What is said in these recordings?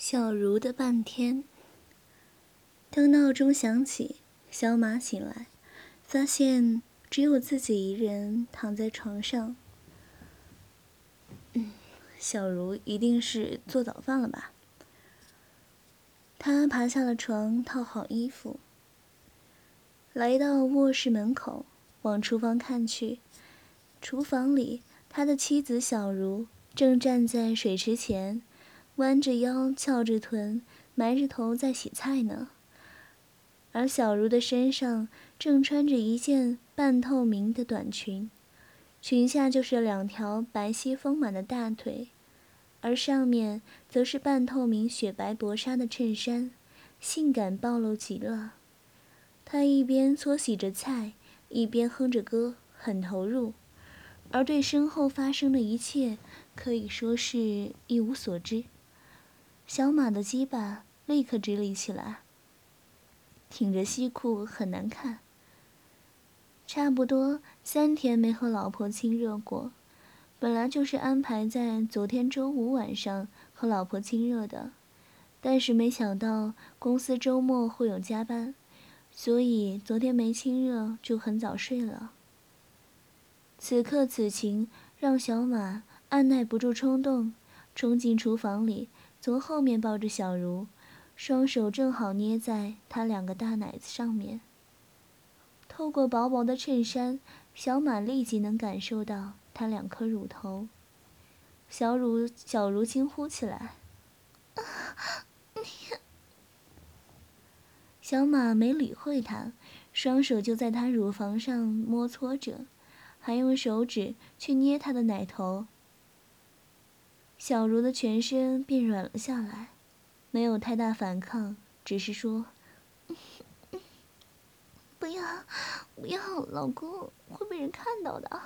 小茹的半天。当闹钟响起，小马醒来，发现只有自己一人躺在床上。小茹一定是做早饭了吧？他爬下了床，套好衣服，来到卧室门口，往厨房看去。厨房里，他的妻子小茹正站在水池前，弯着腰，翘着臀，埋着头在洗菜呢。而小茹的身上正穿着一件半透明的短裙，裙下就是2条白皙丰满的大腿，而上面则是半透明雪白薄纱的衬衫，性感暴露极了。她一边搓洗着菜，一边哼着歌，很投入，而对身后发生的一切可以说是一无所知。小马的鸡巴立刻直立起来，挺着西裤很难看。差不多3天没和老婆亲热过，本来就是安排在昨天周五晚上和老婆亲热的，但是没想到公司周末会有加班，所以昨天没亲热就很早睡了。此刻此情让小马按耐不住冲动，冲进厨房里，从后面抱着小茹，双手正好捏在她2个大奶子上面。透过薄薄的衬衫，小马立即能感受到她2颗乳头。小茹惊呼起来：“小马没理会她，双手就在她乳房上摩搓着，还用手指去捏她的奶头。小茹的全身变软了下来，没有太大反抗，只是说：“不要，不要，老公，会被人看到的。”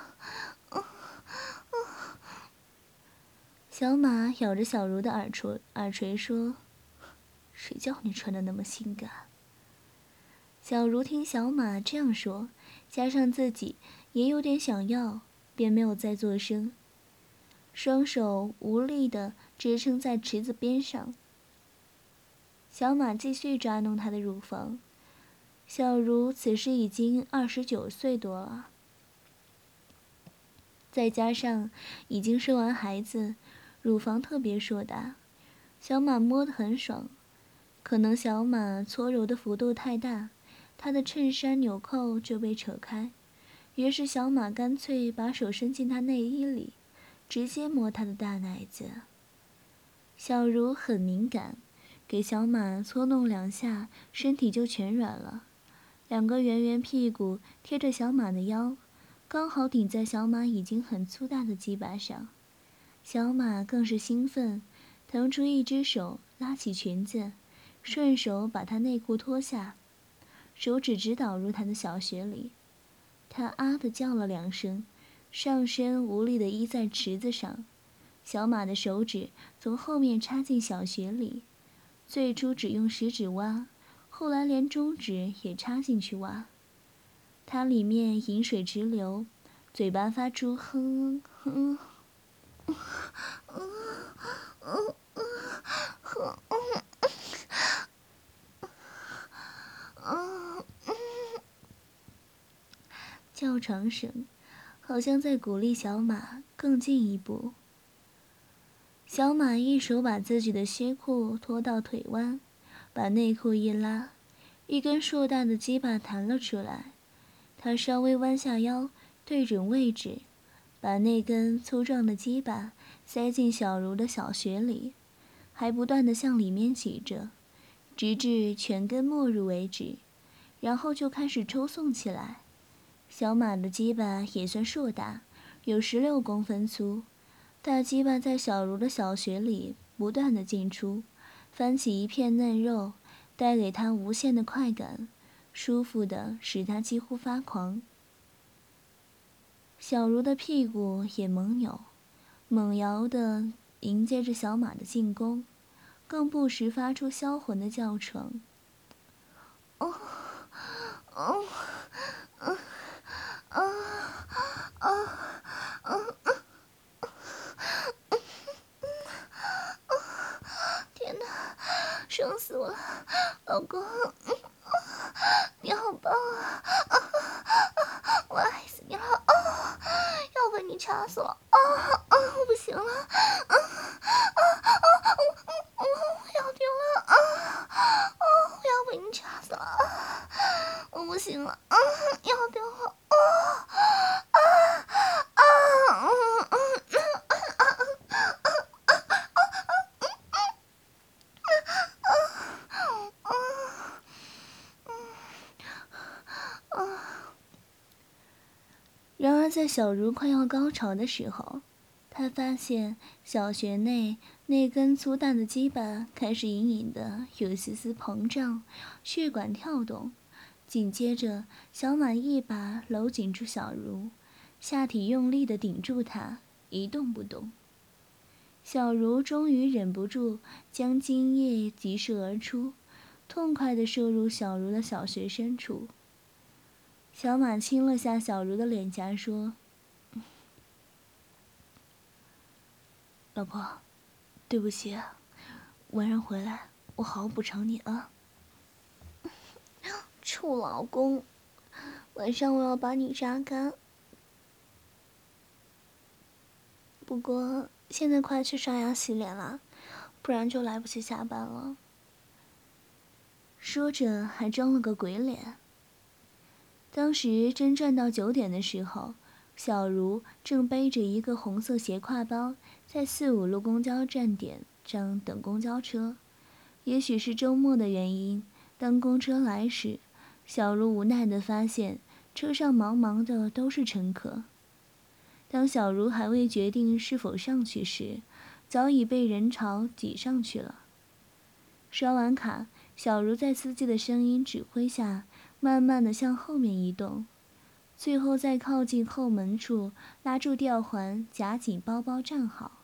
小马咬着小茹的耳垂说：“谁叫你穿得那么性感？”小茹听小马这样说，加上自己也有点想要，便没有再作声，双手无力地支撑在池子边上。小马继续抓弄她的乳房。小茹此时已经29岁多了，再加上已经生完孩子，乳房特别硕大，小马摸得很爽。可能小马搓揉的幅度太大，她的衬衫纽扣就被扯开，于是小马干脆把手伸进她内衣里，直接摸她的大奶子。小茹很敏感，给小马搓弄2下，身体就全软了。2个圆圆屁股贴着小马的腰，刚好顶在小马已经很粗大的鸡巴上。小马更是兴奋，腾出一只手拉起裙子，顺手把她内裤脱下，手指直导入她的小穴里。她啊地叫了2声，上身无力地依在池子上。小马的手指从后面插进小穴里，最初只用食指挖，后来连中指也插进去挖。它里面饮水直流，嘴巴发出哼哼叫床声，好像在鼓励小马更进一步。小马一手把自己的靴裤拖到腿弯，把内裤一拉，一根硕大的鸡巴弹了出来。他稍微弯下腰，对准位置，把那根粗壮的鸡巴塞进小茹的小穴里，还不断地向里面挤着，直至全根没入为止，然后就开始抽送起来。小马的鸡巴也算硕大，有16公分粗，大鸡巴在小茹的小穴里不断地进出，翻起一片嫩肉，带给他无限的快感，舒服的使他几乎发狂。小茹的屁股也猛扭，猛摇地迎接着小马的进攻，更不时发出销魂的叫床。哦哦哦哦哦哦！天哪， 爽死我了，老公，你好棒啊！我爱死你了啊！要被你掐死了啊！我不行了，要丢了啊！我要被你掐死了啊！我不行了，要丢了然而，在小茹快要高潮的时候，她发现小穴内那根粗大的鸡巴开始隐隐的有丝丝膨胀，血管跳动。紧接着，小满一把搂紧住小茹，下体用力地顶住她，一动不动。小茹终于忍不住将精液急射而出，痛快地射入小茹的小穴深处。小马亲了下小茹的脸颊，说：“老婆，对不起，晚上回来我好好补偿你啊。”臭老公，晚上我要把你榨干。不过现在快去刷牙洗脸啦，不然就来不及下班了。说着还装了个鬼脸。当时真转到9点的时候，小茹正背着一个红色斜挎包，在4-5路公交站点上等公交车。也许是周末的原因，当公车来时，小茹无奈地发现车上茫茫的都是乘客。当小茹还未决定是否上去时，早已被人潮挤上去了。刷完卡，小茹在司机的声音指挥下，慢慢地向后面移动，最后在靠近后门处拉住吊环，夹紧包包站好。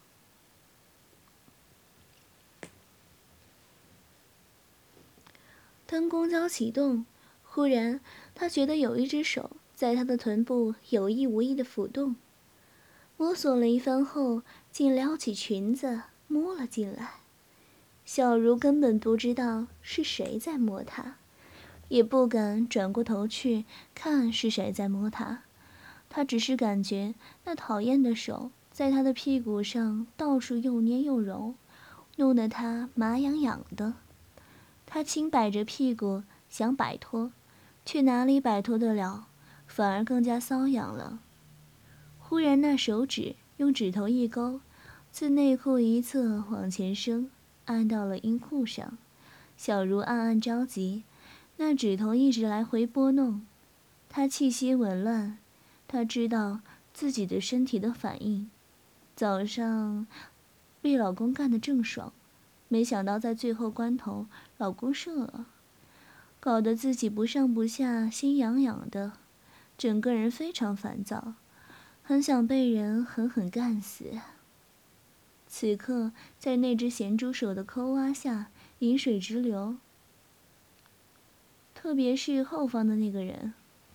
当公交启动，忽然他觉得有一只手在他的臀部有意无意地抚动，摸索了一番后，竟撩起裙子摸了进来。小茹根本不知道是谁在摸她，也不敢转过头去看是谁在摸她。她只是感觉那讨厌的手在她的屁股上到处又捏又揉，弄得她麻痒痒的。她轻摆着屁股想摆脱，却哪里摆脱得了，反而更加瘙痒了。忽然那手指用指头一勾，自内裤一侧往前伸，按到了阴裤上。小茹暗暗着急，那指头一直来回拨弄，她气息紊乱。她知道自己的身体的反应，早上被老公干得正爽，没想到在最后关头老公射了，搞得自己不上不下，心痒痒的，整个人非常烦躁，很想被人狠狠干死。此刻在那只咸猪手的抠挖下，饮水直流，特别是后方的那个人，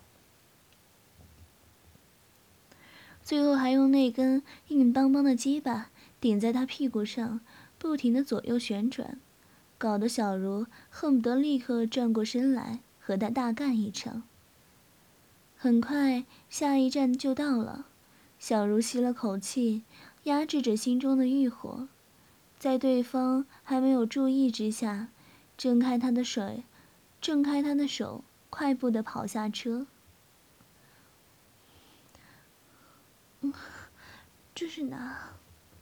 最后还用那根硬邦邦的鸡巴顶在他屁股上，不停地左右旋转，搞得小茹恨不得立刻转过身来和他大干一场。很快下一站就到了，小茹吸了口气，压制着心中的欲火，在对方还没有注意之下，挣开他的手，快步地跑下车。这是哪？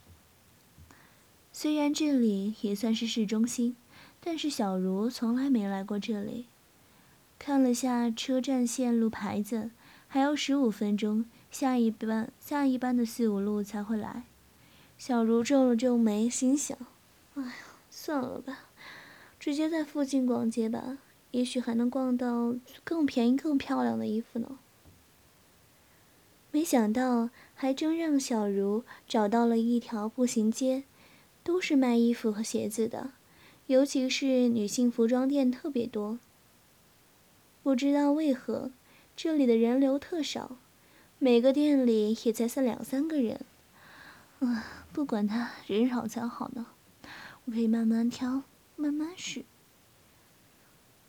虽然这里也算是市中心，但是小茹从来没来过这里。看了下车站线路牌子，还要15分钟，下一班的4-5路才会来。小茹皱了皱眉，心想：哎呀，算了吧，直接在附近逛街吧，也许还能逛到更便宜更漂亮的衣服呢。没想到还真让小茹找到了一条步行街，都是卖衣服和鞋子的，尤其是女性服装店特别多。不知道为何，这里的人流特少，每个店里也才2-3个人。不管他人少才好呢，我可以慢慢挑，慢慢试。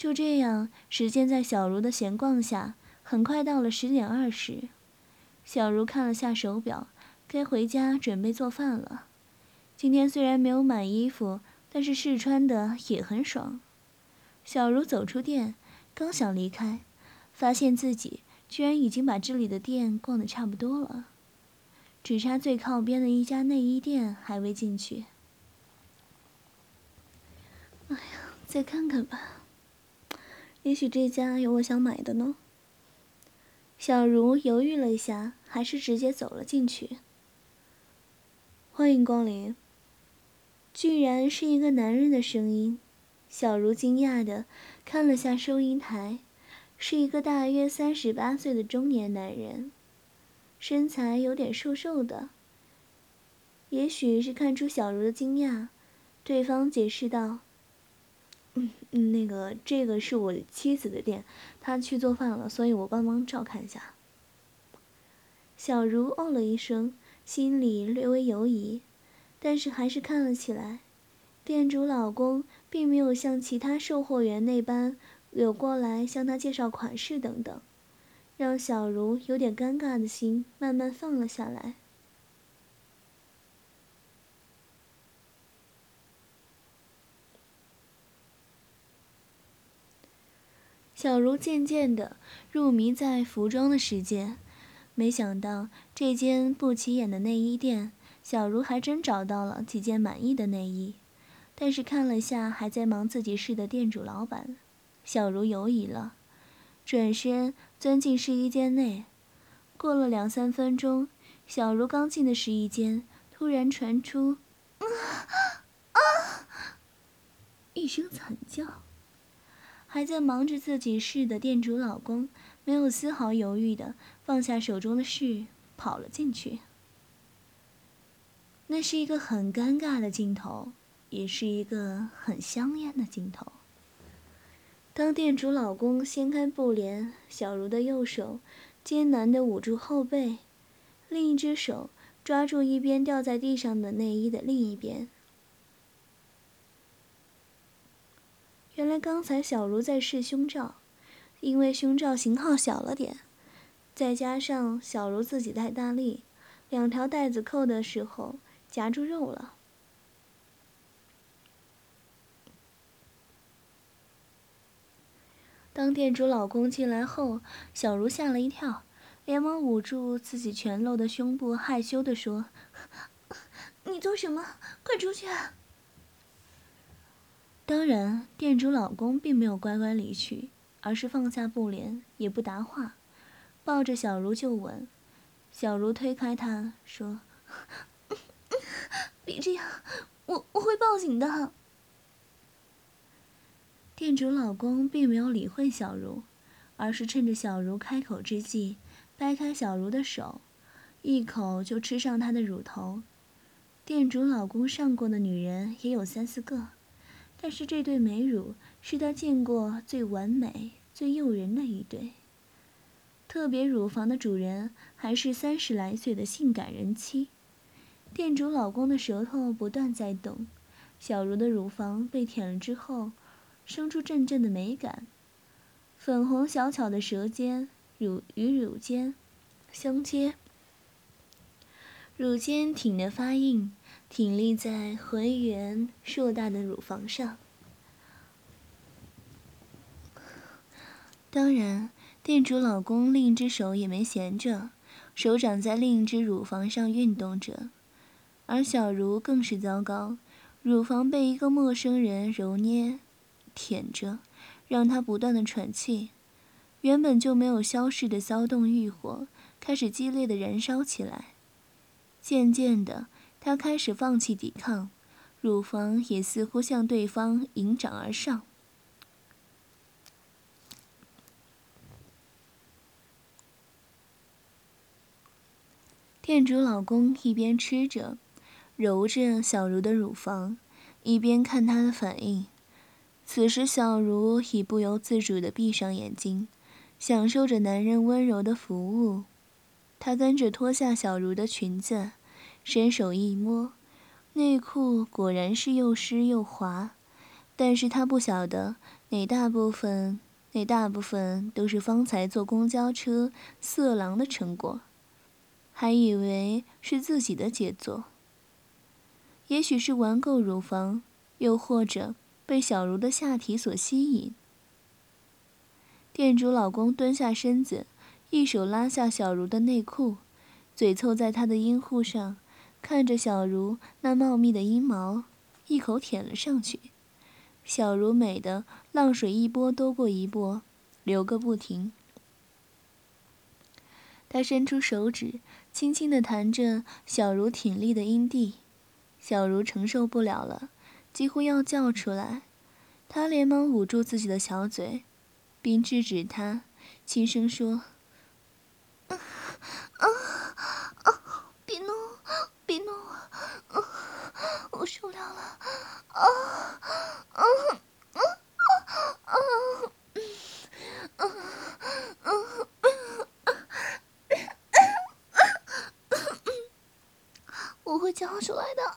就这样，时间在小茹的闲逛下，很快到了10:20。小茹看了下手表，该回家准备做饭了。今天虽然没有买衣服，但是试穿的也很爽。小茹走出店，刚想离开，发现自己居然已经把这里的店逛得差不多了，只差最靠边的一家内衣店还未进去。哎呀，再看看吧，也许这家有我想买的呢。小茹犹豫了一下，还是直接走了进去。欢迎光临。居然是一个男人的声音。小茹惊讶地看了下收银台，是一个大约38岁的中年男人，身材有点瘦瘦的。也许是看出小茹的惊讶，对方解释道：“这个是我妻子的店，她去做饭了，所以我帮忙照看一下。”小茹哦了一声，心里略微犹疑，但是还是看了起来。店主老公并没有像其他售货员那般有过来向他介绍款式等等，让小茹有点尴尬的心慢慢放了下来。小茹渐渐地入迷在服装的世界，没想到这间不起眼的内衣店，小茹还真找到了几件满意的内衣。但是看了下还在忙自己事的店主老板，小茹犹疑了，转身钻进试衣间内。过了2-3分钟，小茹刚进的试衣间，突然传出一声惨叫。还在忙着自己事的店主老公没有丝毫犹豫地放下手中的事，跑了进去。那是一个很尴尬的镜头，也是一个很香艳的镜头。当店主老公掀开布帘，小茹的右手艰难地捂住后背，另一只手抓住一边掉在地上的内衣的另一边。原来刚才小茹在试胸罩，因为胸罩型号小了点，再加上小茹自己太大力，2条带子扣的时候夹住肉了。当店主老公进来后，小茹吓了一跳，连忙捂住自己全露的胸部，害羞地说：“你做什么？快出去！”当然，店主老公并没有乖乖离去，而是放下布帘，也不答话，抱着小茹就吻。小茹推开他，说：“别这样，我会报警的。”店主老公并没有理会小茹，而是趁着小茹开口之际，掰开小茹的手，一口就吃上她的乳头。店主老公上过的女人也有3-4个，但是这对美乳是他见过最完美、最诱人的一对。特别乳房的主人还是30来岁的性感人妻。店主老公的舌头不断在动，小茹的乳房被舔了之后，生出阵阵的美感。粉红小巧的舌尖乳尖相接，乳尖挺得发硬，挺立在浑圆硕大的乳房上。当然，店主老公另一只手也没闲着，手掌在另一只乳房上运动着。而小茹更是糟糕，乳房被一个陌生人揉捏舔着，让她不断的喘气。原本就没有消逝的骚动欲火开始激烈的燃烧起来。渐渐的，她开始放弃抵抗，乳房也似乎向对方迎掌而上。店主老公一边吃着，揉着小茹的乳房，一边看她的反应。此时小茹已不由自主地闭上眼睛，享受着男人温柔的服务。他跟着脱下小茹的裙子，伸手一摸，内裤果然是又湿又滑， 但是他不晓得哪大部分都是方才坐公交车色狼的成果，还以为是自己的杰作。也许是玩够乳房，又或者被小茹的下体所吸引。店主老公蹲下身子，一手拉下小茹的内裤，嘴凑在她的阴户上，看着小茹那茂密的阴毛，一口舔了上去。小茹美的浪水一波多过一波，流个不停。他伸出手指，轻轻地弹着小茹挺立的阴蒂。小茹承受不了了，几乎要叫出来。他连忙捂住自己的小嘴，并制止他，轻声说：“别弄，别弄，我受不了了，我会叫出来的。”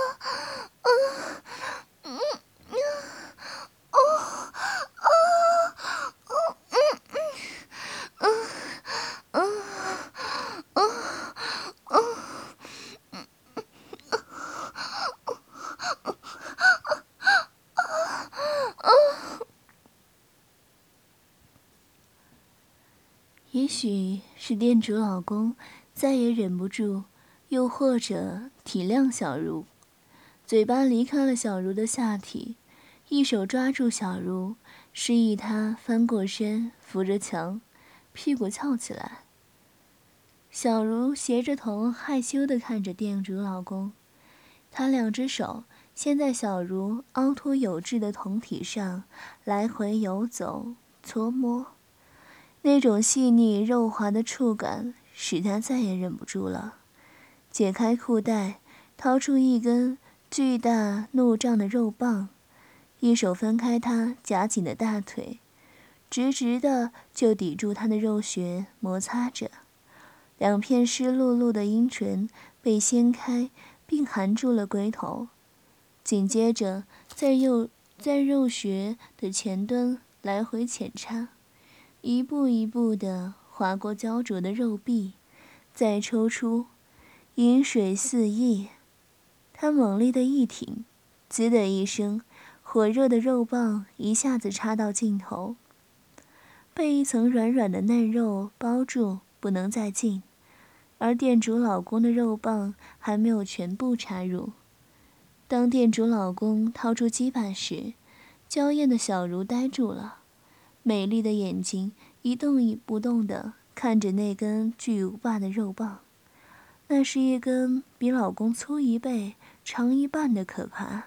也许是店主老公再也忍不住，又或者体谅小茹，嘴巴离开了小茹的下体，一手抓住小茹，示意她翻过身，扶着墙，屁股翘起来。小茹斜着头，害羞地看着店主老公，他两只手先在小茹凹凸有致的胴体上来回游走搓摸。那种细腻肉滑的触感使他再也忍不住了，解开裤带，掏出一根巨大怒胀的肉棒，一手分开他夹紧的大腿，直直的就抵住他的肉穴，摩擦着。两片湿漉漉的阴唇被掀开，并含住了龟头，紧接着在肉穴的前端来回浅插，一步一步地划过焦灼的肉壁，再抽出，饮水四溢。他猛力的一挺，滋的一声，火热的肉棒一下子插到尽头，被一层软软的嫩肉包住，不能再进。而店主老公的肉棒还没有全部插入。当店主老公掏出鸡巴时，娇艳的小茹呆住了，美丽的眼睛一动也不动地看着那根巨无霸的肉棒。那是一根比老公粗1倍、长1半的可怕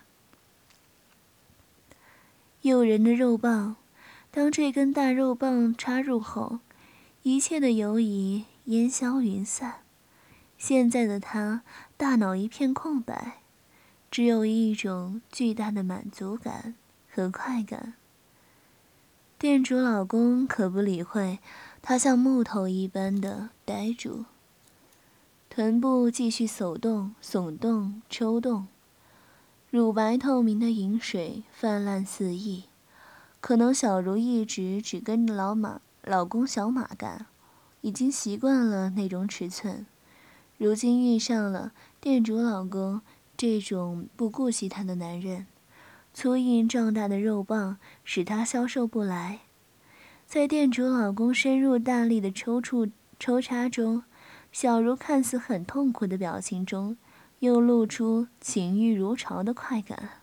诱人的肉棒。当这根大肉棒插入后，一切的犹疑烟消云散。现在的他大脑一片空白，只有一种巨大的满足感和快感。店主老公可不理会，他像木头一般的呆住，臀部继续耸动、抽动，乳白透明的饮水泛滥四溢。可能小茹一直只跟着老公小马干，已经习惯了那种尺寸，如今遇上了店主老公这种不顾惜她的男人，粗硬胀大的肉棒使她消受不来。在店主老公深入大力的抽插中，小茹看似很痛苦的表情中，又露出情欲如潮的快感。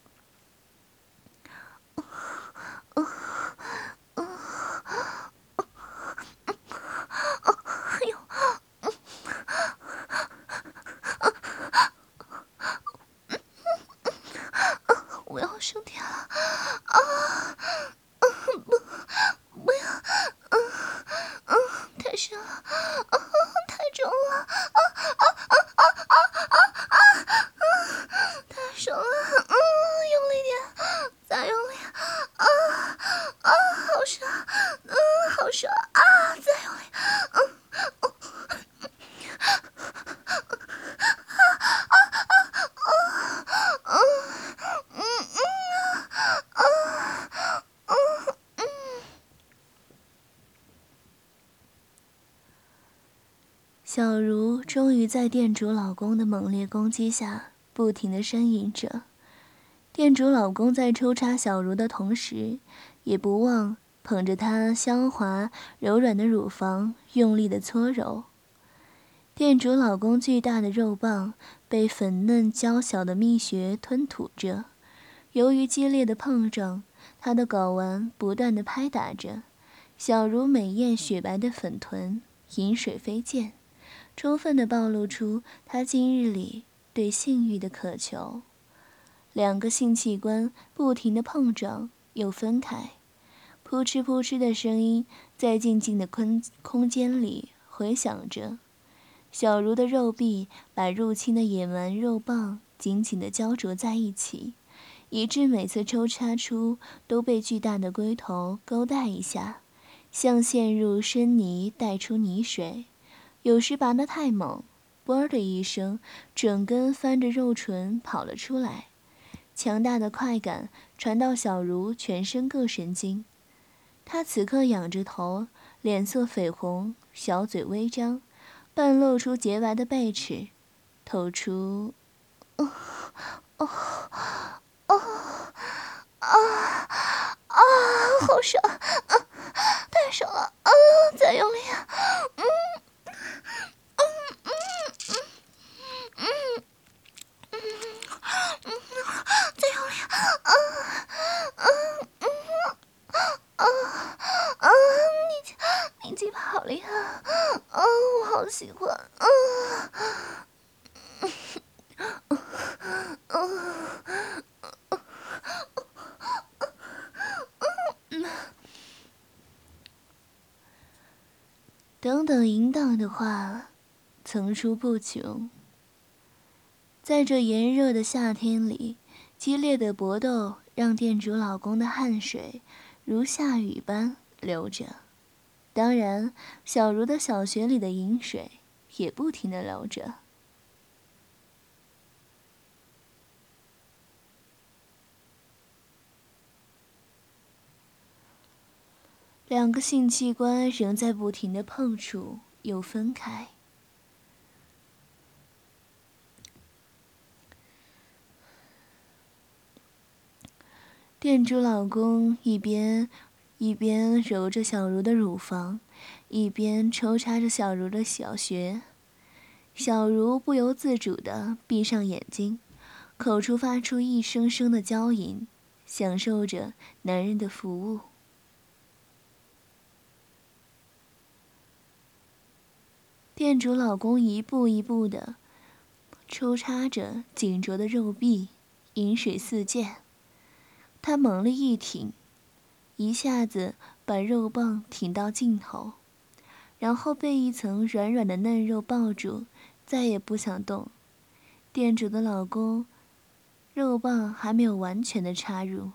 我要升天了不要，太深了，太重了，太爽了，用力点，再用力，好爽，好爽再用力， 小茹终于在店主老公的猛烈攻击下不停地呻吟着。店主老公在抽插小茹的同时，也不忘捧着她香滑柔软的乳房用力地搓揉。店主老公巨大的肉棒被粉嫩娇小的蜜穴吞吐着，由于激烈的碰撞，他的睾丸不断地拍打着小茹美艳雪白的粉臀，饮水飞溅，充分地暴露出他今日里对性欲的渴求。两个性器官不停地碰撞又分开，扑哧扑哧的声音在静静的空间里回响着。小茹的肉壁把入侵的野蛮肉棒紧紧地胶着在一起，以致每次抽插出都被巨大的龟头勾带一下，像陷入深泥带出泥水。有时拔得太猛，啵的一声，整根翻着肉唇跑了出来。强大的快感传到小茹全身各神经，她此刻仰着头，脸色绯红，小嘴微张，半露出洁白的背齿，透出好爽，太爽了，再用力，再用力，你鸡巴好厉害，我好喜欢，等等淫荡的话层出不穷。在这炎热的夏天里，激烈的搏斗让店主老公的汗水如下雨般流着，当然小茹的小穴里的饮水也不停地流着。两个性器官仍在不停地碰触又分开。店主老公一边揉着小茹的乳房，一边抽插着小茹的小穴。小茹不由自主地闭上眼睛，口中发出一声声的娇吟，享受着男人的服务。店主老公一步一步地抽插着紧着的肉壁，饮水四溅。他猛力一挺，一下子把肉棒挺到尽头，然后被一层软软的嫩肉抱住，再也不想动。店主的老公肉棒还没有完全的插入。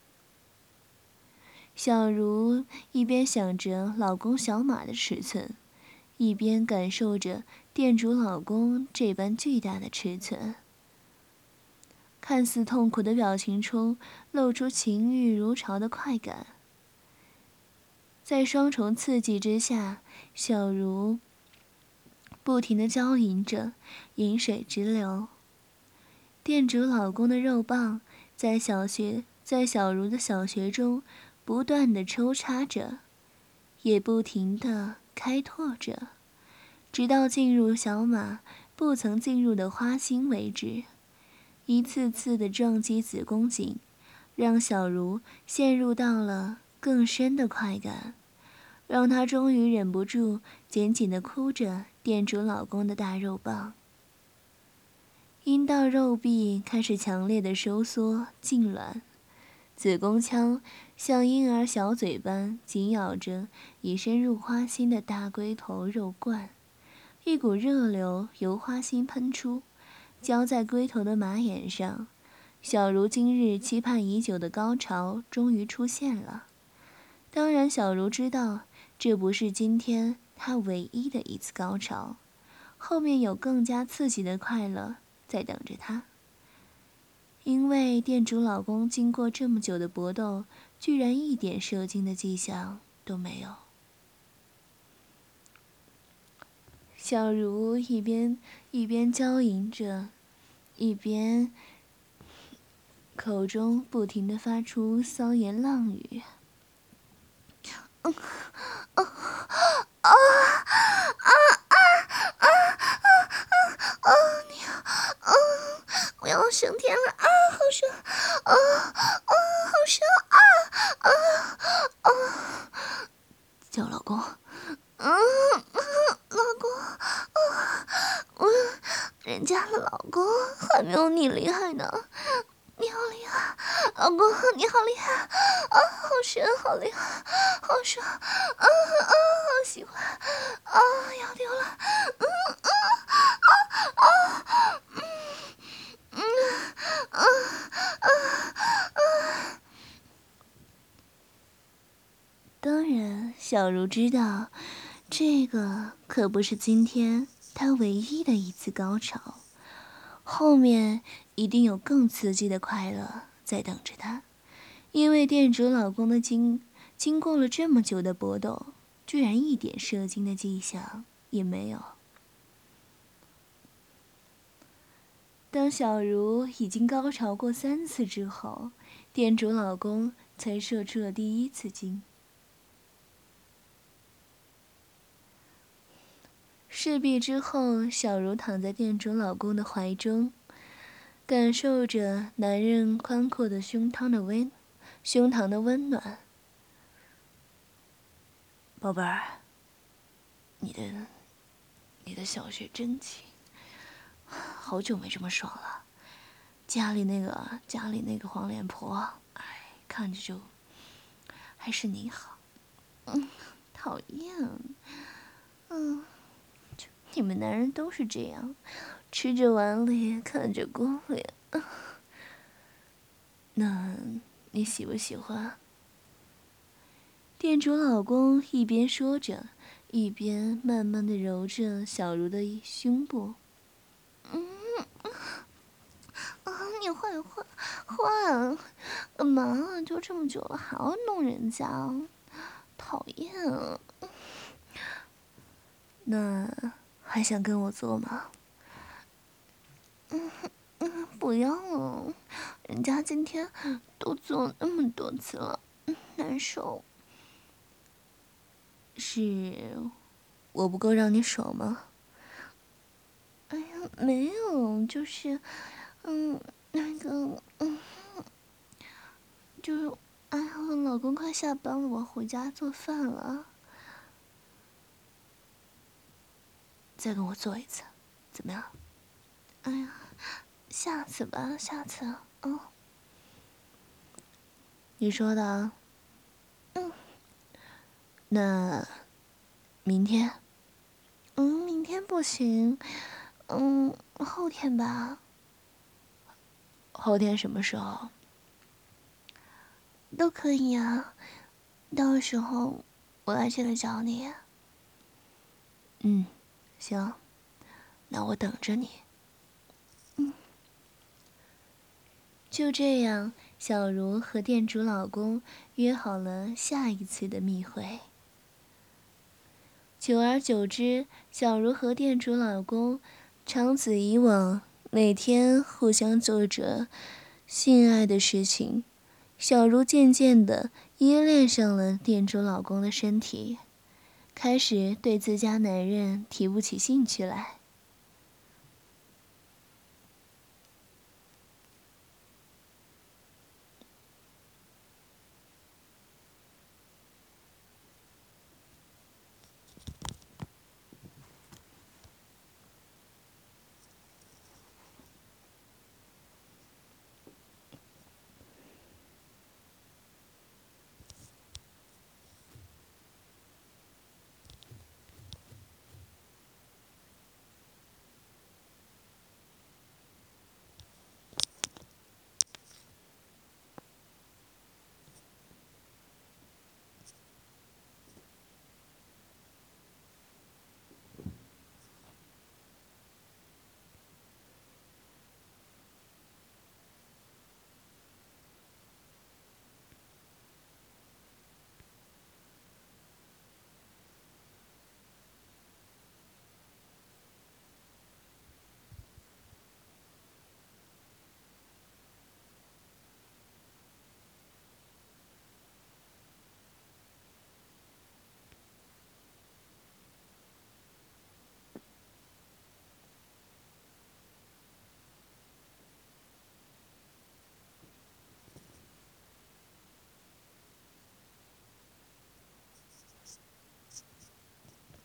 小茹一边想着老公小马的尺寸，一边感受着店主老公这般巨大的尺寸。看似痛苦的表情中露出情欲如潮的快感。在双重刺激之下，小茹不停地娇吟着，饮水直流。店主老公的肉棒在小茹的小穴中不断地抽插着，也不停地开拓着，直到进入小马不曾进入的花心为止。一次次的撞击子宫颈，让小茹陷入到了更深的快感，让她终于忍不住紧紧地箍着店主老公的大肉棒。阴道肉壁开始强烈的收缩痉挛，子宫腔像婴儿小嘴般紧咬着已深入花心的大龟头肉冠，一股热流由花心喷出，浇在龟头的马眼上。小茹今日期盼已久的高潮终于出现了。当然小茹知道这不是今天她唯一的一次高潮，后面有更加刺激的快乐在等着她。因为店主老公经过这么久的搏斗，居然一点射精的迹象都没有。 小茹一边娇吟着，一边口中不停地发出骚言浪语。我要升天了啊！好爽啊！好爽啊！叫老公，老公，人家的老公还没有你厉害呢，你好厉害，老公你好厉害啊！好深，好厉害，好爽好喜欢要丢了，当然，小茹知道，这个可不是今天她唯一的一次高潮，后面一定有更刺激的快乐在等着她。因为店主老公的经过了这么久的搏斗，居然一点射精的迹象也没有。当小茹已经高潮过3次之后，店主老公才射出了第1次精。事毕之后，小茹躺在店主老公的怀中，感受着男人宽阔的胸膛的温暖。宝贝儿，你的小穴真轻，好久没这么爽了。家里那个黄脸婆，看着就还是你好。讨厌。你们男人都是这样，吃着碗里看着锅里。那你喜不喜欢？店主老公一边说着，一边慢慢地揉着小茹的胸部。你坏，干嘛？就这么久了还要弄人家，讨厌。那还想跟我做吗？不要了，人家今天都做那么多次了，难受。是我不够让你爽吗？哎呀，没有，就是就是，哎呀，我老公快下班了，我回家做饭了。再跟我做一次，怎么样？哎呀，下次吧，下次。你说的。那明天？明天不行。后天吧。后天什么时候？都可以啊，到时候我来这里找你。行，那我等着你。就这样，小茹和店主老公约好了下一次的密会。久而久之，小茹和店主老公长此以往，每天互相做着性爱的事情。小茹渐渐地依恋上了店主老公的身体，开始对自家男人提不起兴趣来。